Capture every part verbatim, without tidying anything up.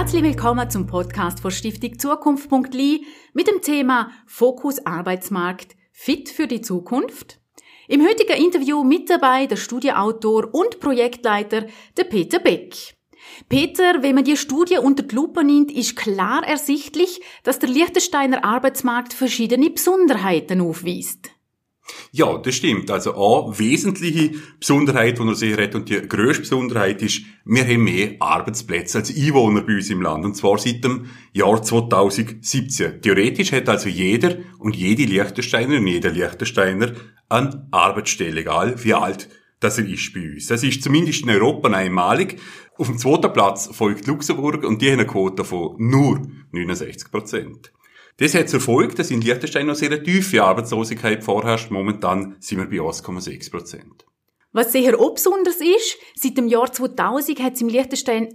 Herzlich willkommen zum Podcast von Stiftung Zukunft punkt L I mit dem Thema Fokus Arbeitsmarkt – Fit für die Zukunft. Im heutigen Interview mit dabei der Studienautor und Projektleiter, der Peter Beck. Peter, wenn man die Studie unter die Lupe nimmt, ist klar ersichtlich, dass der Liechtensteiner Arbeitsmarkt verschiedene Besonderheiten aufweist. Ja, das stimmt. Also eine wesentliche Besonderheit, die er sicher hat, und die grösste Besonderheit ist, wir haben mehr Arbeitsplätze als Einwohner bei uns im Land, und zwar seit dem Jahr zweitausendsiebzehn. Theoretisch hat also jeder und jede Liechtensteiner und jeder Liechtensteiner eine Arbeitsstelle, egal wie alt das er ist bei uns. Das ist zumindest in Europa einmalig. Auf dem zweiten Platz folgt Luxemburg und die haben eine Quote von nur neunundsechzig Prozent. Das hat zur Folge, dass in Liechtenstein noch sehr eine tiefe Arbeitslosigkeit vorherrscht. Momentan sind wir bei eins Komma sechs Prozent. Was sicher auch besonders ist, seit dem Jahr zweitausend hat es im Liechtenstein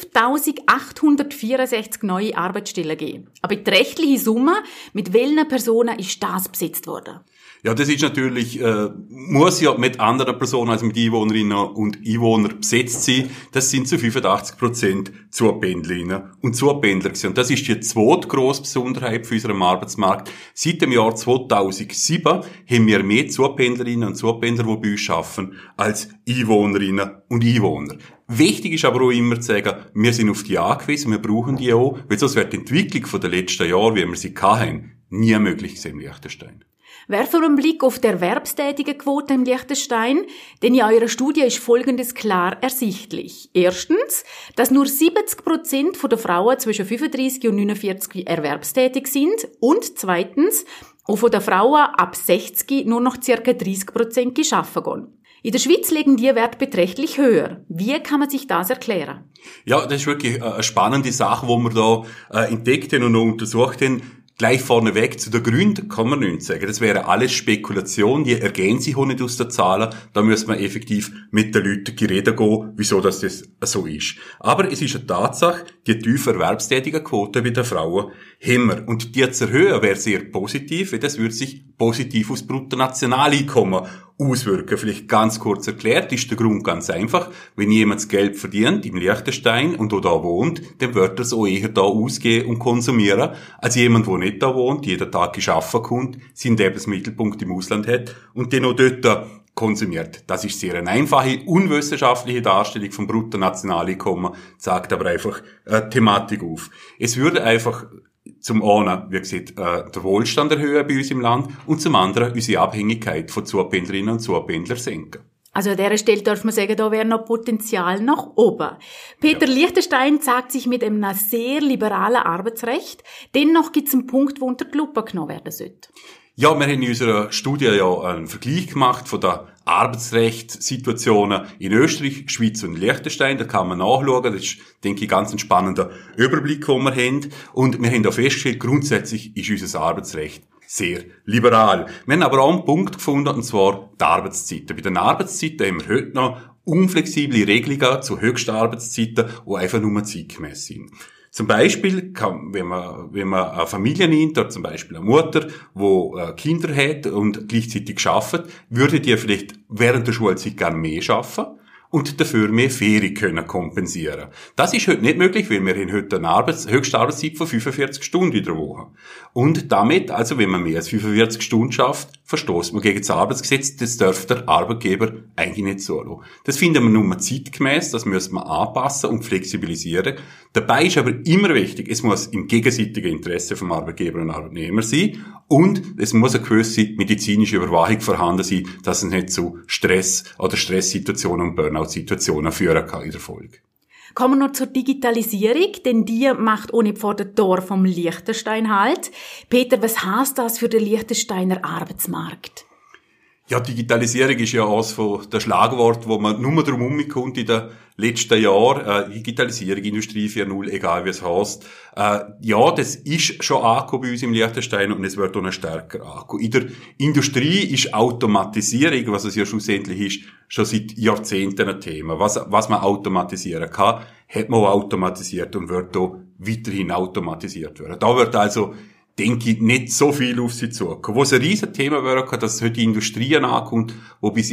elftausendachthundertvierundsechzig neue Arbeitsstellen gegeben. Eine beträchtliche Summe, mit welchen Personen ist das besetzt worden? Ja, das ist natürlich, äh, muss ja mit anderen Personen als mit Einwohnerinnen und Einwohnern besetzt sein. Das sind zu fünfundachtzig Prozent Zupendlerinnen und Zupendler gewesen. Und das ist die zweite grosse Besonderheit für unseren Arbeitsmarkt. Seit dem Jahr zweitausendsieben haben wir mehr Zupendlerinnen und Zupendler, die bei uns arbeiten, als Einwohnerinnen und Einwohner. Wichtig ist aber auch immer zu sagen, wir sind auf die angewiesen, wir brauchen die auch, weil sonst wäre die Entwicklung von den letzten Jahren, wie wir sie hatten, nie möglich gewesen im Liechtenstein. Werfen wir einen Blick auf die Erwerbstätigenquote im Liechtenstein, denn in eurer Studie ist Folgendes klar ersichtlich. Erstens, dass nur siebzig Prozent der Frauen zwischen fünfunddreissig und neunundvierzig erwerbstätig sind, und zweitens, auch von den Frauen ab sechzig nur noch ca. dreißig Prozent arbeiten gehen. In der Schweiz liegen die Werte beträchtlich höher. Wie kann man sich das erklären? Ja, das ist wirklich eine spannende Sache, die wir da entdeckt haben und noch untersucht haben. Gleich vorneweg zu den Gründen kann man nichts sagen. Das wäre alles Spekulation, die ergehen sich auch nicht aus den Zahlen. Da müssen wir effektiv mit den Leuten reden gehen, wieso das, das so ist. Aber es ist eine Tatsache, die tiefe Erwerbstätigenquote bei den Frauen haben wir. Und die zu erhöhen wäre sehr positiv, weil das würde sich positiv aufs Bruttonationaleinkommen auswirken. Vielleicht ganz kurz erklärt, ist der Grund ganz einfach. Wenn jemand das Geld verdient im Liechtenstein und da wohnt, dann wird er es auch eher da ausgeben und konsumieren, als jemand, der nicht da wohnt, jeden Tag arbeiten kommt, seinen Lebensmittelpunkt im Ausland hat und den auch dort konsumiert. Das ist sehr eine einfache, unwissenschaftliche Darstellung vom Bruttonationaleinkommen, zeigt aber einfach eine Thematik auf. Es würde einfach zum einen, wie gesagt, äh, der Wohlstand erhöhen bei uns im Land und zum anderen unsere Abhängigkeit von Zupendlerinnen und Zupendlern senken. Also an dieser Stelle darf man sagen, da wäre noch Potenzial nach oben. Peter, ja. Liechtenstein zeigt sich mit einem sehr liberalen Arbeitsrecht. Dennoch gibt es einen Punkt, wo unter die Lupe genommen werden sollte. Ja, wir haben in unserer Studie ja einen Vergleich gemacht von der Arbeitsrechtssituationen in Österreich, Schweiz und Liechtenstein. Da kann man nachschauen. Das ist, denke ich, ganz ein spannender Überblick, den wir haben. Und wir haben auch festgestellt, grundsätzlich ist unser Arbeitsrecht sehr liberal. Wir haben aber auch einen Punkt gefunden, und zwar die Arbeitszeiten. Bei den Arbeitszeiten haben wir heute noch unflexible Regelungen zu höchsten Arbeitszeiten, die einfach nur zeitgemäss sind. Zum Beispiel kann, wenn man, wenn man eine Familie nimmt, oder zum Beispiel eine Mutter, die Kinder hat und gleichzeitig arbeitet, würde die vielleicht während der Schulzeit gerne mehr arbeiten und dafür mehr Ferien können kompensieren. Das ist heute nicht möglich, weil wir haben heute eine Arbeits-, höchste Arbeitszeit von fünfundvierzig Stunden in der Woche. Und damit, also wenn man mehr als fünfundvierzig Stunden schafft, verstößt man gegen das Arbeitsgesetz. Das darf der Arbeitgeber eigentlich nicht zulassen. Das finden wir nur zeitgemäss, das müssen wir anpassen und flexibilisieren. Dabei ist aber immer wichtig, es muss im gegenseitigen Interesse vom Arbeitgeber und Arbeitnehmer sein und es muss eine gewisse medizinische Überwachung vorhanden sein, dass es nicht zu Stress oder Stresssituationen und Burnout-Situationen führen kann in der Folge. Kommen wir noch zur Digitalisierung, denn die macht auch nicht vor dem Tor vom Liechtenstein halt. Peter, was heisst das für den Liechtensteiner Arbeitsmarkt? Ja, Digitalisierung ist ja eines von der Schlagwort, wo man nur darum herumkommt in den letzten Jahren. Äh, Digitalisierung, Industrie vier Punkt null, egal wie es heisst. Äh, ja, das ist schon angekommen bei uns im Liechtenstein und es wird auch noch stärker angekommen. In der Industrie ist Automatisierung, was es ja schlussendlich ist, schon seit Jahrzehnten ein Thema. Was, was man automatisieren kann, hat man auch automatisiert und wird auch weiterhin automatisiert werden. Da wird also, denke ich, nicht so viel auf sie zukommen. Wo es ein riesen Thema wäre, dass es heute die Industrien ankommt, wo bis jetzt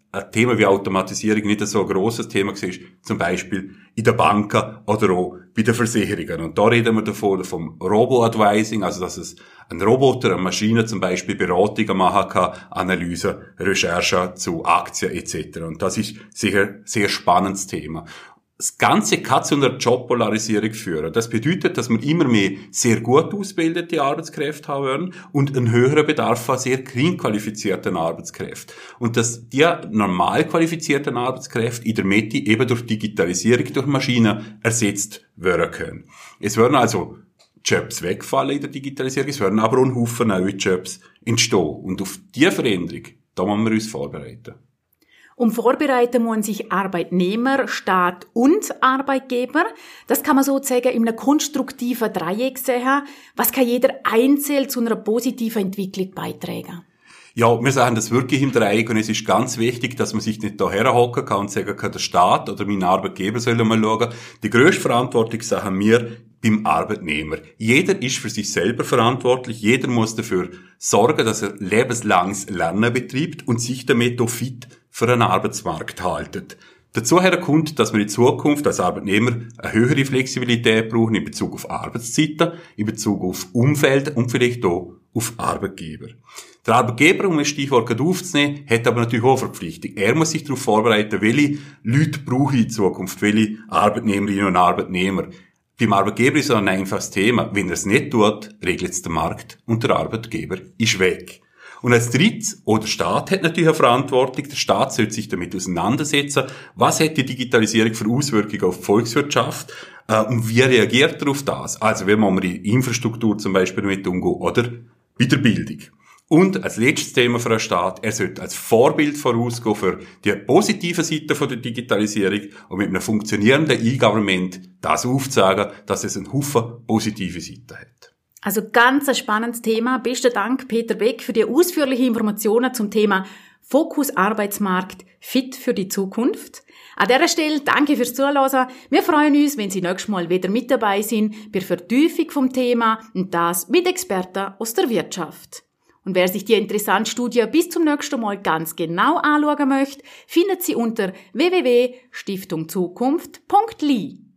ein Thema wie Automatisierung nicht so ein grosses Thema war, zum Beispiel in den Banken oder auch bei den Versicherungen. Und da reden wir davon, vom Robo-Advising, also dass es ein Roboter, eine Maschine zum Beispiel Beratungen machen kann, Analyse, Recherche zu Aktien et cetera. Und das ist sicher ein sehr spannendes Thema. Das Ganze kann zu einer Jobpolarisierung führen. Das bedeutet, dass wir immer mehr sehr gut ausgebildete Arbeitskräfte haben werden und einen höheren Bedarf an sehr gering qualifizierten Arbeitskräften. Und dass die normal qualifizierten Arbeitskräfte in der Mitte eben durch Digitalisierung, durch Maschinen ersetzt werden können. Es werden also Jobs wegfallen in der Digitalisierung, es werden aber auch ein Haufen neue Jobs entstehen. Und auf diese Veränderung, da müssen wir uns vorbereiten. Um vorbereiten müssen sich Arbeitnehmer, Staat und Arbeitgeber. Das kann man sozusagen in einem konstruktiven Dreieck sehen. Was kann jeder einzeln zu einer positiven Entwicklung beitragen? Ja, wir sagen das wirklich im Dreieck und es ist ganz wichtig, dass man sich nicht da herhocken kann und sagen kann, der Staat oder mein Arbeitgeber soll mal schauen. Die grösste Verantwortung sagen wir beim Arbeitnehmer. Jeder ist für sich selber verantwortlich. Jeder muss dafür sorgen, dass er lebenslanges Lernen betreibt und sich damit auch fit für einen Arbeitsmarkt haltet. Dazu kommt, dass wir in Zukunft als Arbeitnehmer eine höhere Flexibilität brauchen in Bezug auf Arbeitszeiten, in Bezug auf Umfeld und vielleicht auch auf Arbeitgeber. Der Arbeitgeber, um ein Stichwort aufzunehmen, hat aber natürlich auch eine Verpflichtung. Er muss sich darauf vorbereiten, welche Leute brauche ich in Zukunft, welche Arbeitnehmerinnen und Arbeitnehmer. Beim Arbeitgeber ist es ein einfaches Thema. Wenn er es nicht tut, regelt es der Markt und der Arbeitgeber ist weg. Und als drittes, auch der Staat hat natürlich eine Verantwortung. Der Staat sollte sich damit auseinandersetzen. Was hat die Digitalisierung für Auswirkungen auf die Volkswirtschaft? Äh, und wie reagiert er auf das? Also, wie muss man in Infrastruktur zum Beispiel damit umgehen oder bei der Bildung? Und als letztes Thema für den Staat, er sollte als Vorbild vorausgehen für die positive Seite von der Digitalisierung und mit einem funktionierenden E-Government das aufzeigen, dass es einen Haufen positive Seiten hat. Also ganz ein spannendes Thema. Besten Dank, Peter Beck, für die ausführlichen Informationen zum Thema Fokus Arbeitsmarkt fit für die Zukunft. An dieser Stelle danke fürs Zuhören. Wir freuen uns, wenn Sie nächstes Mal wieder mit dabei sind bei der Vertiefung vom Thema und das mit Experten aus der Wirtschaft. Und wer sich die interessante Studie bis zum nächsten Mal ganz genau anschauen möchte, findet sie unter w w w punkt stiftung zukunft punkt l i.